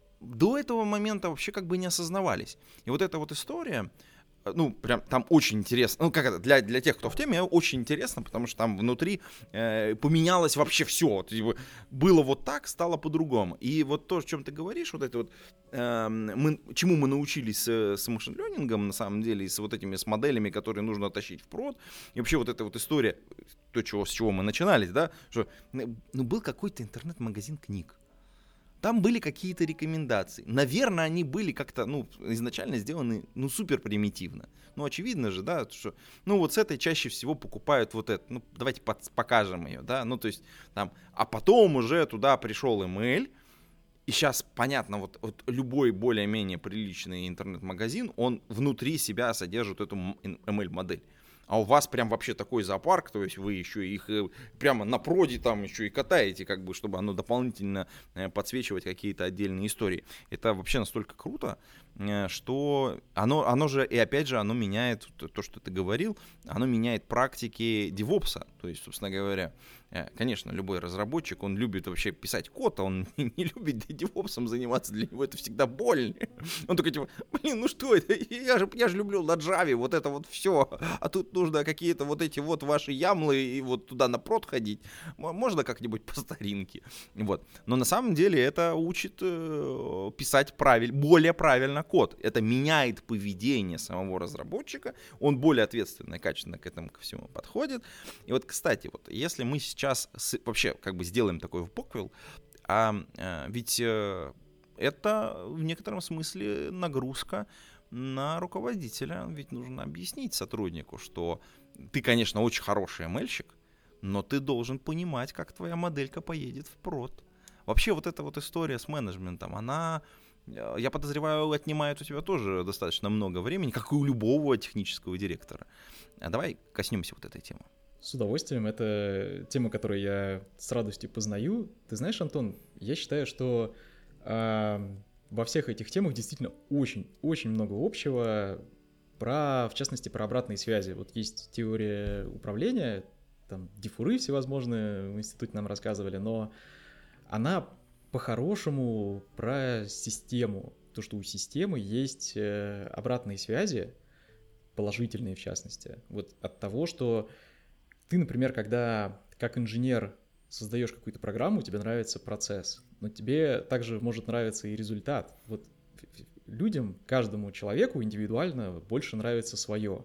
до этого момента вообще как бы не осознавались. И вот эта вот история, ну, прям там очень интересно, ну, как это, для, для тех, кто в теме, очень интересно, потому что там внутри э, поменялось вообще все, вот, было вот так, стало по-другому. И вот то, о чем ты говоришь, вот это вот, э, мы, чему мы научились с, с машин-лернингом, на самом деле, и с вот этими, с моделями, которые нужно тащить в прод, и вообще вот эта вот история, то, чего, с чего мы начинали, да, что, ну, был какой-то интернет-магазин книг. Там были какие-то рекомендации. Наверное, они были как-то, ну, изначально сделаны, ну, супер примитивно. Ну, очевидно же, да, что, ну, вот с этой чаще всего покупают вот это. Ну, давайте под, покажем ее, да, ну, то есть, там, а потом уже туда пришел эм эл, и сейчас, понятно, вот, вот любой более-менее приличный интернет-магазин, он внутри себя содержит эту эм эл-модель. А у вас прям вообще такой зоопарк, то есть вы еще их прямо на проде там еще и катаете, как бы, чтобы оно дополнительно подсвечивать какие-то отдельные истории. Это вообще настолько круто, что оно, оно же, и опять же, оно меняет, то, что ты говорил, оно меняет практики девопса, то есть, собственно говоря, конечно, любой разработчик, он любит вообще писать код, а он не любит девопсом заниматься, для него это всегда больно. Он такой, типа, блин, ну что это, я же, я же люблю на Java вот это вот все, а тут нужно какие-то вот эти вот ваши ямлы и вот туда на прод ходить. Можно как-нибудь по старинке. Вот. Но на самом деле это учит э, писать правиль, более правильно код. Это меняет поведение самого разработчика. Он более ответственно и качественно к этому ко всему подходит. И вот, кстати, вот если мы сейчас с, вообще как бы сделаем такой впоквил, а, а ведь а, это в некотором смысле нагрузка на руководителя. Ведь нужно объяснить сотруднику, что ты, конечно, очень хороший эм эльщик, но ты должен понимать, как твоя моделька поедет в прод. Вообще вот эта вот история с менеджментом, она, я подозреваю, отнимает у тебя тоже достаточно много времени, как и у любого технического директора. А давай коснемся вот этой темы. С удовольствием. Это тема, которую я с радостью познаю. Ты знаешь, Антон, я считаю, что э, во всех этих темах действительно очень-очень много общего, про, в частности, про обратные связи. Вот есть теория управления, там дифуры всевозможные в институте нам рассказывали, но она по-хорошему про систему. То, что у системы есть обратные связи, положительные в частности, вот от того, что ты, например, когда как инженер создаешь какую-то программу, тебе нравится процесс, но тебе также может нравиться и результат. Вот людям, каждому человеку индивидуально больше нравится свое.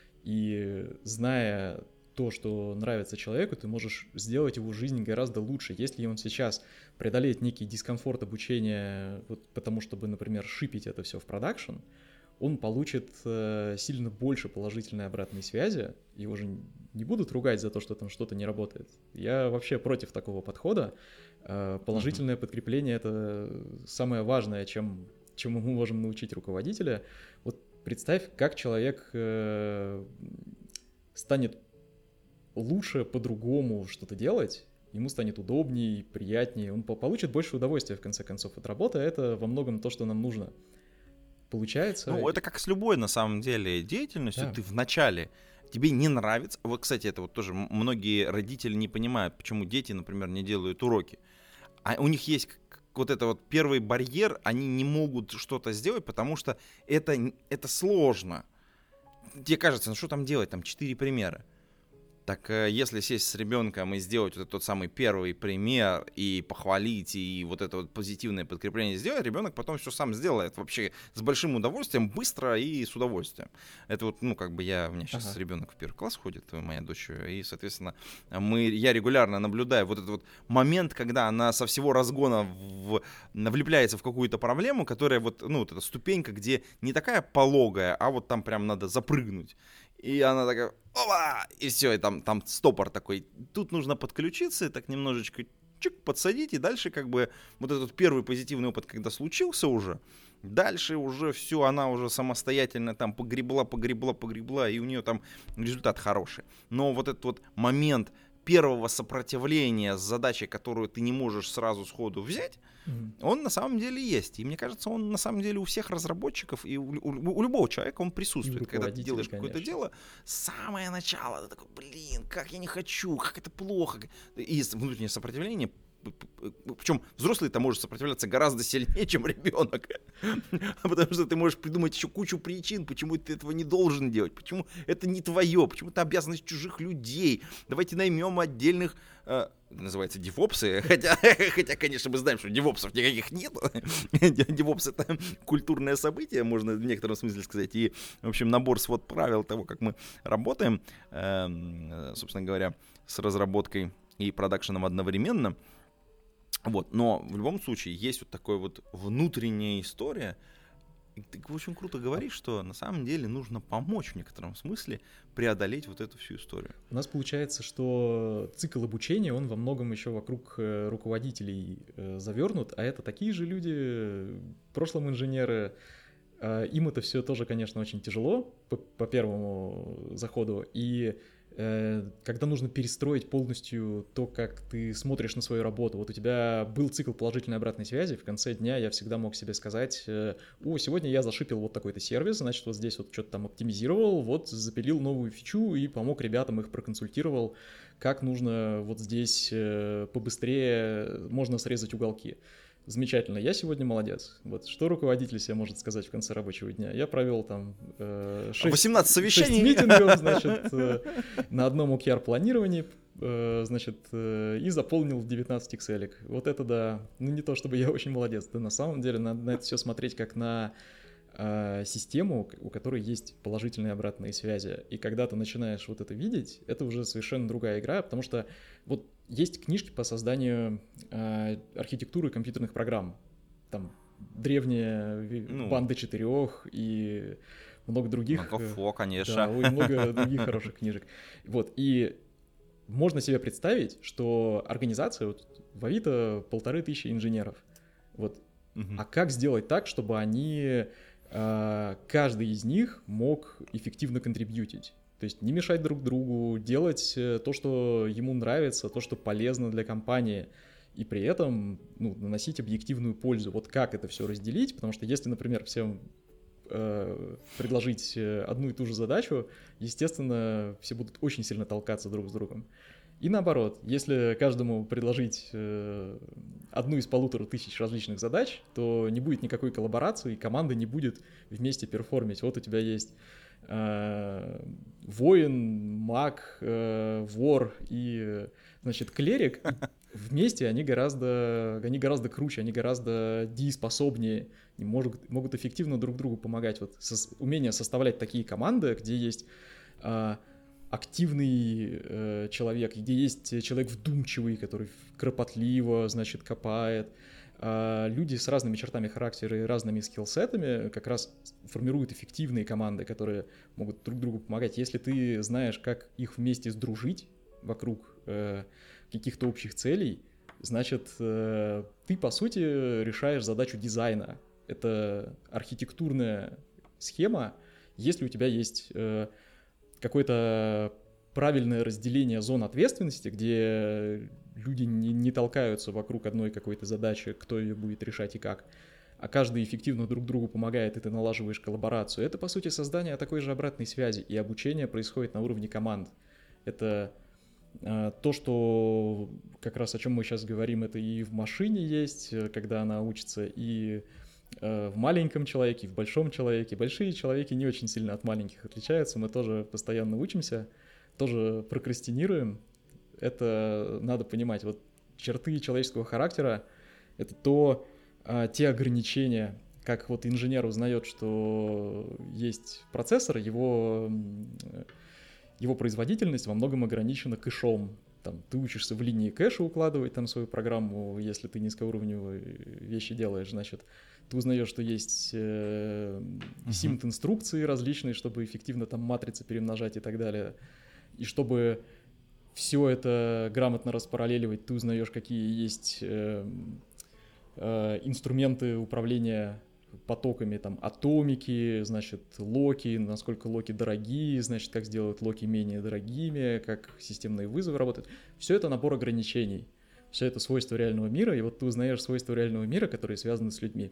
И зная то, что нравится человеку, ты можешь сделать его жизнь гораздо лучше. Если он сейчас преодолеет некий дискомфорт обучения, вот потому чтобы, например, шипить это все в продакшн, он получит э, сильно больше положительной обратной связи, его же не будут ругать за то, что там что-то не работает. Я вообще против такого подхода. Э, положительное uh-huh. подкрепление — это самое важное, чем, чему мы можем научить руководителя. Вот представь, как человек э, станет лучше по-другому что-то делать, ему станет удобнее, приятнее, он получит больше удовольствия, в конце концов, от работы, а это во многом то, что нам нужно. Получается... Ну, это как с любой, на самом деле, деятельностью. Да. Ты вначале, тебе не нравится... Вот, кстати, это вот тоже многие родители не понимают, почему дети, например, не делают уроки. А у них есть вот это вот первый барьер, они не могут что-то сделать, потому что это, это сложно. Тебе кажется, ну что там делать, там четыре примера. Так если сесть с ребенком и сделать вот этот тот самый первый пример и похвалить, и вот это вот позитивное подкрепление сделать, ребенок потом все сам сделает вообще с большим удовольствием, быстро и с удовольствием. Это вот, ну, как бы я, у меня сейчас ага. ребенок в первый класс ходит, моя дочь, и, соответственно, мы, я регулярно наблюдаю вот этот вот момент, когда она со всего разгона в, влепляется в какую-то проблему, которая вот, ну, вот эта ступенька, где не такая пологая, а вот там прям надо запрыгнуть. И она такая, опа, и все, и там, там стопор такой. Тут нужно подключиться и так немножечко чик, подсадить, и дальше как бы вот этот первый позитивный опыт, когда случился уже, дальше уже все, она уже самостоятельно там погребла, погребла, погребла, и у нее там результат хороший. Но вот этот вот момент первого сопротивления с задачей, которую ты не можешь сразу сходу взять, mm-hmm. он на самом деле есть. И мне кажется, он на самом деле у всех разработчиков и у, у, у любого человека он присутствует. Когда ты делаешь конечно. какое-то дело, самое начало, ты такой, блин, как я не хочу, как это плохо. И внутреннее сопротивление. Причем взрослый-то может сопротивляться гораздо сильнее, чем ребенок. Потому что ты можешь придумать еще кучу причин, почему ты этого не должен делать, почему это не твое, почему это обязанность чужих людей. Давайте наймем отдельных, э, называется, девопсы, хотя, хотя, конечно, мы знаем, что девопсов никаких нет. Девопс — это культурное событие, можно в некотором смысле сказать, и, в общем, набор свод правил того, как мы работаем, э, собственно говоря, с разработкой и продакшеном одновременно. Вот, но в любом случае есть вот такая вот внутренняя история. И ты очень круто говоришь, что на самом деле нужно помочь в некотором смысле преодолеть вот эту всю историю. У нас получается, что цикл обучения, он во многом еще вокруг руководителей завернут, а это такие же люди, в прошлом инженеры. Им это все тоже, конечно, очень тяжело по, по первому заходу. И когда нужно перестроить полностью то, как ты смотришь на свою работу. Вот у тебя был цикл положительной обратной связи, в конце дня я всегда мог себе сказать: о, сегодня я зашипел вот такой-то сервис, значит, вот здесь вот что-то там оптимизировал, вот запилил новую фичу и помог ребятам, их проконсультировал, как нужно вот здесь побыстрее можно срезать уголки. Замечательно, я сегодня молодец. Вот что руководитель себе может сказать в конце рабочего дня? Я провел там э, шесть, восемнадцать совещаний, шесть митингов, значит, э, на одном о ке ар-планировании, э, значит, э, и заполнил девятнадцать экселек. Вот это да, ну не то чтобы я очень молодец, да на самом деле надо на это все смотреть как на э, систему, у которой есть положительные обратные связи. И когда ты начинаешь вот это видеть, это уже совершенно другая игра, потому что вот есть книжки по созданию э, архитектуры компьютерных программ. Там древняя ну, банда четырех и много других. Многофо, конечно. Да, ой, много других хороших книжек. Вот, и можно себе представить, что организация, вот в Авито полторы тысячи инженеров. Вот. Угу. А как сделать так, чтобы они, э, каждый из них мог эффективно контрибьютить? То есть не мешать друг другу, делать то, что ему нравится, то, что полезно для компании, и при этом ну, наносить объективную пользу. Вот как это все разделить? Потому что если, например, всем э, предложить одну и ту же задачу, естественно, все будут очень сильно толкаться друг с другом. И наоборот, если каждому предложить э, одну из полутора тысяч различных задач, то не будет никакой коллаборации, и команда не будет вместе перформить. Вот у тебя есть э, воин, маг, э, вор и, значит, клерик. Вместе они гораздо, они гораздо круче, они гораздо дееспособнее, и могут, могут эффективно друг другу помогать. Вот со, умение составлять такие команды, где есть э, активный э, человек, где есть человек вдумчивый, который кропотливо, значит, копает. Э, люди с разными чертами характера и разными скиллсетами как раз формируют эффективные команды, которые могут друг другу помогать. Если ты знаешь, как их вместе сдружить вокруг э, каких-то общих целей, значит, э, ты, по сути, решаешь задачу дизайна. Это архитектурная схема. Если у тебя есть э, какое-то правильное разделение зон ответственности, где люди не, не толкаются вокруг одной какой-то задачи, кто ее будет решать и как, а каждый эффективно друг другу помогает, и ты налаживаешь коллаборацию, это, по сути, создание такой же обратной связи, и обучение происходит на уровне команд. Это э, то, что как раз о чем мы сейчас говорим, это и в машине есть, когда она учится, и в маленьком человеке, в большом человеке. Большие человеки не очень сильно от маленьких отличаются, мы тоже постоянно учимся, тоже прокрастинируем. Это надо понимать. Вот черты человеческого характера — это то, те ограничения, как вот инженер узнает, что есть процессор, его, его производительность во многом ограничена кэшом. Там, ты учишься в линии кэша укладывать там свою программу, если ты низкоуровневые вещи делаешь, значит, ты узнаешь, что есть э, симт-инструкции различные, чтобы эффективно там матрицы перемножать и так далее. И чтобы все это грамотно распараллеливать, ты узнаешь, какие есть э, э, инструменты управления потоками, там, атомики, значит, локи, насколько локи дорогие, значит, как сделать локи менее дорогими, как системные вызовы работают. Все это набор ограничений, все это свойства реального мира, и вот ты узнаешь свойства реального мира, которые связаны с людьми.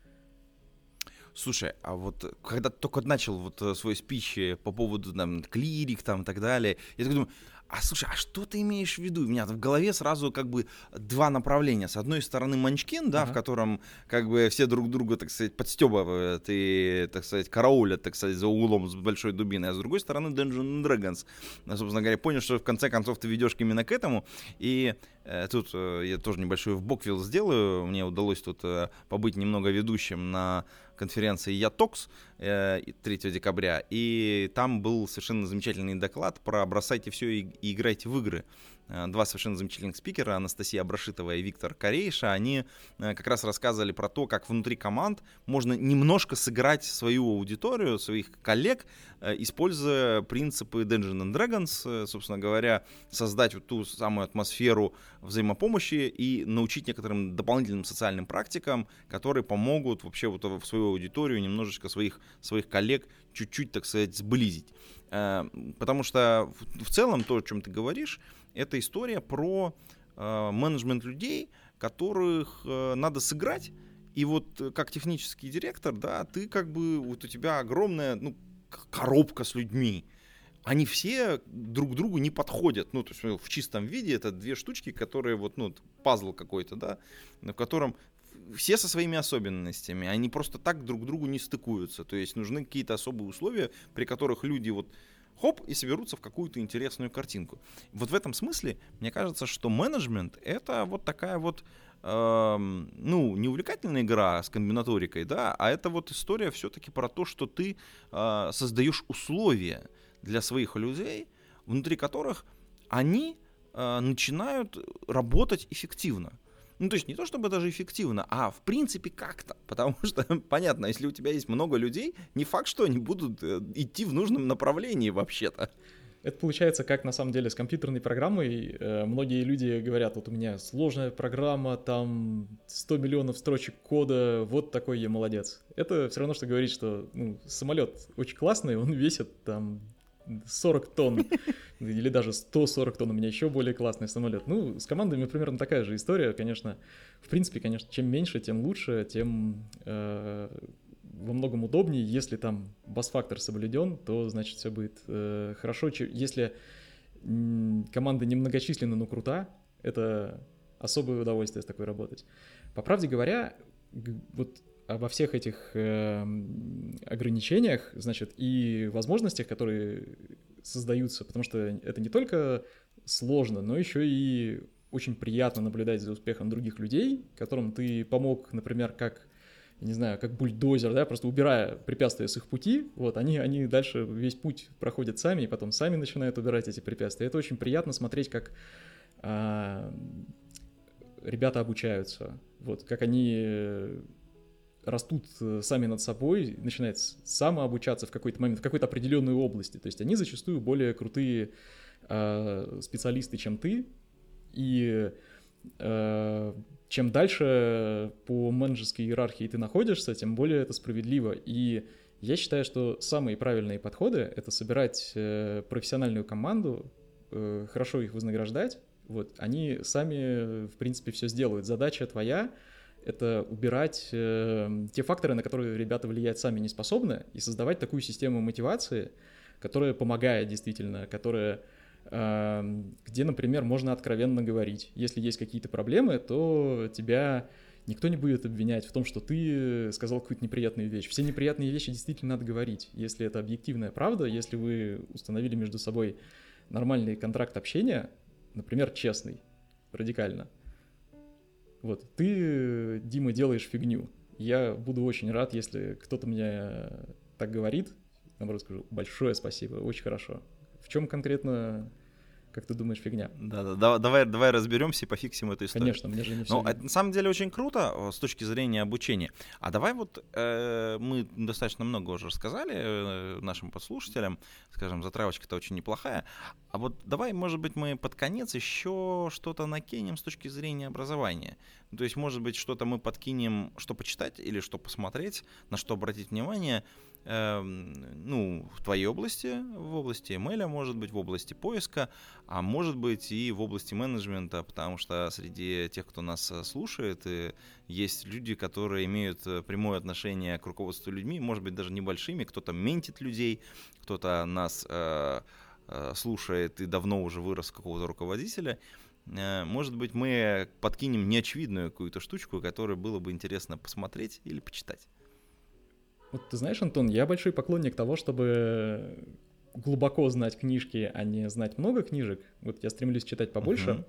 Слушай, а вот когда ты только начал вот свой спич по поводу там клирик там и так далее, я так думаю, а слушай, а что ты имеешь в виду? У меня в голове сразу как бы два направления. С одной стороны Манчкин, да, uh-huh. в котором как бы все друг друга, так сказать, подстебывают и, так сказать, караулят, так сказать, за углом с большой дубиной, а с другой стороны Dungeons and Dragons. Я, собственно говоря, понял, что в конце концов ты ведешь именно к этому, и э, тут э, я тоже небольшой вбоквилл сделаю, мне удалось тут э, побыть немного ведущим на конференции Ятокс третьего декабря, и там был совершенно замечательный доклад про «Бросайте все и, и играйте в игры». Два совершенно замечательных спикера, Анастасия Абрашитова и Виктор Корейша, они как раз рассказывали про то, как внутри команд можно немножко сыграть свою аудиторию, своих коллег, используя принципы Dungeons and Dragons, собственно говоря, создать вот ту самую атмосферу взаимопомощи и научить некоторым дополнительным социальным практикам, которые помогут вообще вот в свою аудиторию немножечко своих, своих коллег чуть-чуть, так сказать, сблизить. Потому что в целом то, о чем ты говоришь, это история про э, менеджмент людей, которых э, надо сыграть. И вот э, как технический директор, да, ты как бы, вот у тебя огромная, ну, коробка с людьми. Они все друг другу не подходят. Ну, то есть в чистом виде это две штучки, которые вот, ну, пазл какой-то, да, в котором все со своими особенностями. Они просто так друг к другу не стыкуются. То есть нужны какие-то особые условия, при которых люди вот хоп, и соберутся в какую-то интересную картинку. Вот в этом смысле, мне кажется, что менеджмент — это вот такая вот э, ну, не увлекательная игра с комбинаторикой, да, а это вот история все-таки про то, что ты э, создаешь условия для своих людей, внутри которых они э, начинают работать эффективно. Ну, то есть не то чтобы даже эффективно, а в принципе как-то. Потому что, понятно, если у тебя есть много людей, не факт, что они будут идти в нужном направлении вообще-то. Это получается как на самом деле с компьютерной программой. Многие люди говорят, вот у меня сложная программа, там сто миллионов строчек кода, вот такой я молодец. Это все равно, что говорить, что ну, самолет очень классный, он весит там сорок тонн, или даже сто сорок тонн, у меня еще более классный самолет. Ну, с командами примерно такая же история, конечно. В принципе, конечно, чем меньше, тем лучше, тем э, во многом удобнее. Если там бас-фактор соблюден, то, значит, все будет э, хорошо. Если м, команда немногочисленна, но крута, это особое удовольствие с такой работать. По правде говоря, вот обо всех этих э, ограничениях, значит, и возможностях, которые создаются, потому что это не только сложно, но еще и очень приятно наблюдать за успехом других людей, которым ты помог, например, как, не знаю, как бульдозер, да, просто убирая препятствия с их пути, вот, они, они дальше весь путь проходят сами, и потом сами начинают убирать эти препятствия. Это очень приятно смотреть, как э, ребята обучаются, вот, как они растут сами над собой, начинают самообучаться в какой-то момент, в какой-то определенной области. То есть они зачастую более крутые э, специалисты, чем ты, и э, чем дальше по менеджерской иерархии ты находишься, тем более это справедливо. И я считаю, что самые правильные подходы — это собирать э, профессиональную команду, э, хорошо их вознаграждать. Вот, они сами, в принципе, все сделают. Задача твоя — это убирать э, те факторы, на которые ребята влиять сами не способны, и создавать такую систему мотивации, которая помогает действительно, которая, э, где, например, можно откровенно говорить. Если есть какие-то проблемы, то тебя никто не будет обвинять в том, что ты сказал какую-то неприятную вещь. Все неприятные вещи действительно надо говорить. Если это объективная правда, если вы установили между собой нормальный контракт общения, например, честный, радикально, вот, ты, Дима, делаешь фигню. Я буду очень рад, если кто-то мне так говорит. Наоборот, скажу большое спасибо, очень хорошо. В чем конкретно, как ты думаешь, фигня? Да-да, давай, давай разберемся и пофиксим эту историю. Конечно, мне же не все. Ну, это на самом деле очень круто с точки зрения обучения. А давай вот э, мы достаточно много уже рассказали э, нашим подслушателям, скажем, затравочка-то очень неплохая. А вот давай, может быть, мы под конец еще что-то накинем с точки зрения образования. То есть, может быть, что-то мы подкинем, что почитать или что посмотреть, на что обратить внимание. Ну, в твоей области, в области эм эл, может быть, в области поиска, а может быть и в области менеджмента, потому что среди тех, кто нас слушает, есть люди, которые имеют прямое отношение к руководству людьми, может быть, даже небольшими, кто-то ментит людей, кто-то нас э, э, слушает и давно уже вырос в какого-то руководителя. Может быть, мы подкинем неочевидную какую-то штучку, которую было бы интересно посмотреть или почитать. Вот ты знаешь, Антон, я большой поклонник того, чтобы глубоко знать книжки, а не знать много книжек. Вот я стремлюсь читать побольше, uh-huh.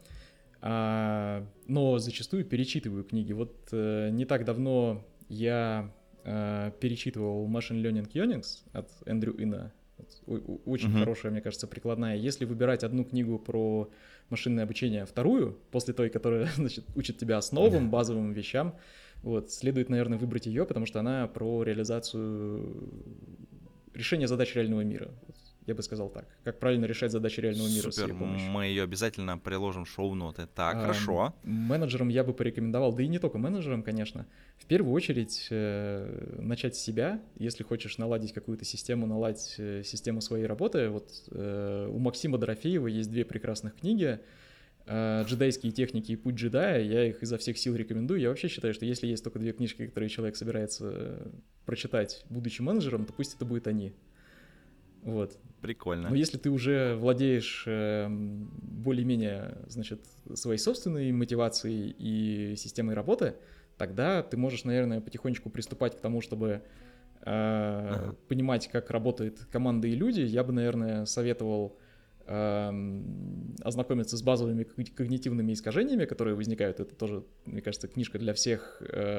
а, но зачастую перечитываю книги. Вот э, не так давно я э, перечитывал Machine Learning Yearnings от Эндрю Ина. Очень uh-huh. хорошая, мне кажется, прикладная. Если выбирать одну книгу про машинное обучение, вторую, после той, которая, значит, учит тебя основам, uh-huh. базовым вещам, вот, следует, наверное, выбрать ее, потому что она про реализацию решения задач реального мира. Я бы сказал так. Как правильно решать задачи реального мира. Супер, с ее помощью. Мы ее обязательно приложим в шоу-ноты. Так, а, хорошо. Менеджерам я бы порекомендовал, да и не только менеджерам, конечно, в первую очередь э, начать с себя. Если хочешь наладить какую-то систему, наладить э, систему своей работы. Вот э, у Максима Дорофеева есть две прекрасных книги. «Джедайские техники» и «Путь джедая», я их изо всех сил рекомендую. Я вообще считаю, что если есть только две книжки, которые человек собирается прочитать, будучи менеджером, то пусть это будут они. Вот. Прикольно. Но если ты уже владеешь э, более-менее, значит, своей собственной мотивацией и системой работы, тогда ты можешь, наверное, потихонечку приступать к тому, чтобы э, ага. понимать, как работает команда и люди. Я бы, наверное, советовал ознакомиться с базовыми когнитивными искажениями, которые возникают. Это тоже, мне кажется, книжка для всех.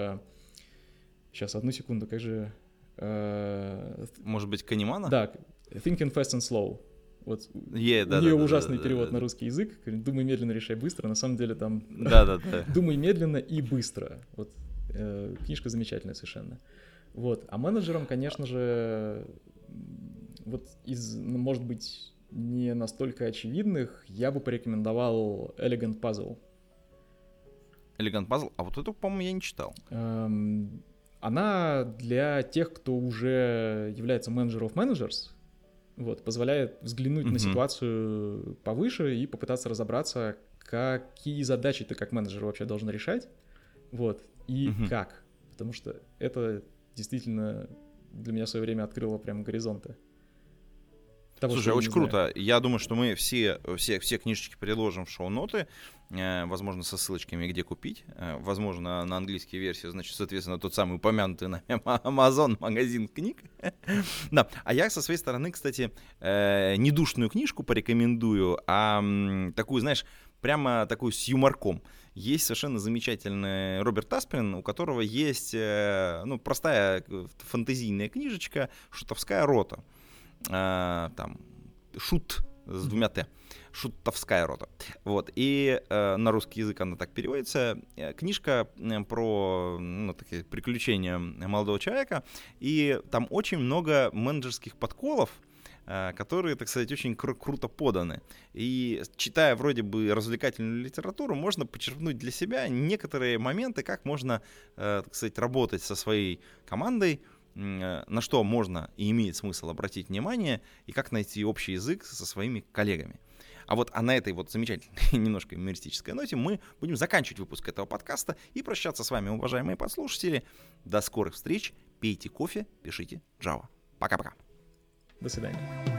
Сейчас, одну секунду, как же... Может быть, Канемана? Да, Thinking Fast and Slow. Вот yeah, у да, нее да, ужасный да, перевод да, на да. русский язык. Думай медленно, решай быстро. На самом деле там да, да, да. думай медленно и быстро. Вот э, книжка замечательная совершенно. Вот. А менеджерам, конечно же, вот из, может быть, не настолько очевидных, я бы порекомендовал Elegant Puzzle. Elegant Puzzle? А вот эту, по-моему, я не читал. Эм, она для тех, кто уже является manager of managers, вот, позволяет взглянуть uh-huh. на ситуацию повыше и попытаться разобраться, какие задачи ты как менеджер вообще должен решать, вот, и uh-huh. как. Потому что это действительно для меня в свое время открыло прям горизонты. Того, Слушай, очень круто. Я думаю, что мы все, все, все книжечки приложим в шоу-ноты, э, возможно, со ссылочками, где купить. Э, возможно, на английской версии, значит, соответственно, тот самый упомянутый на Amazon магазин книг. Да. А я со своей стороны, кстати, э, не душную книжку порекомендую, а м, такую, знаешь, прямо такую с юморком. Есть совершенно замечательный Роберт Асприн, у которого есть э, ну, простая фэнтезийная книжечка «Шутовская рота». Uh, там шут с двумя Т, шутовская рота. Вот. И uh, на русский язык она так переводится. Книжка про ну, такие приключения молодого человека. И там очень много менеджерских подколов, uh, которые, так сказать, очень кру- круто поданы. И читая вроде бы развлекательную литературу, можно почерпнуть для себя некоторые моменты, как можно, uh, так сказать, работать со своей командой, на что можно и имеет смысл обратить внимание, и как найти общий язык со своими коллегами. А вот а на этой вот замечательной, немножко юмористической ноте мы будем заканчивать выпуск этого подкаста и прощаться с вами, уважаемые подслушатели. До скорых встреч, пейте кофе, пишите Java. Пока-пока. До свидания.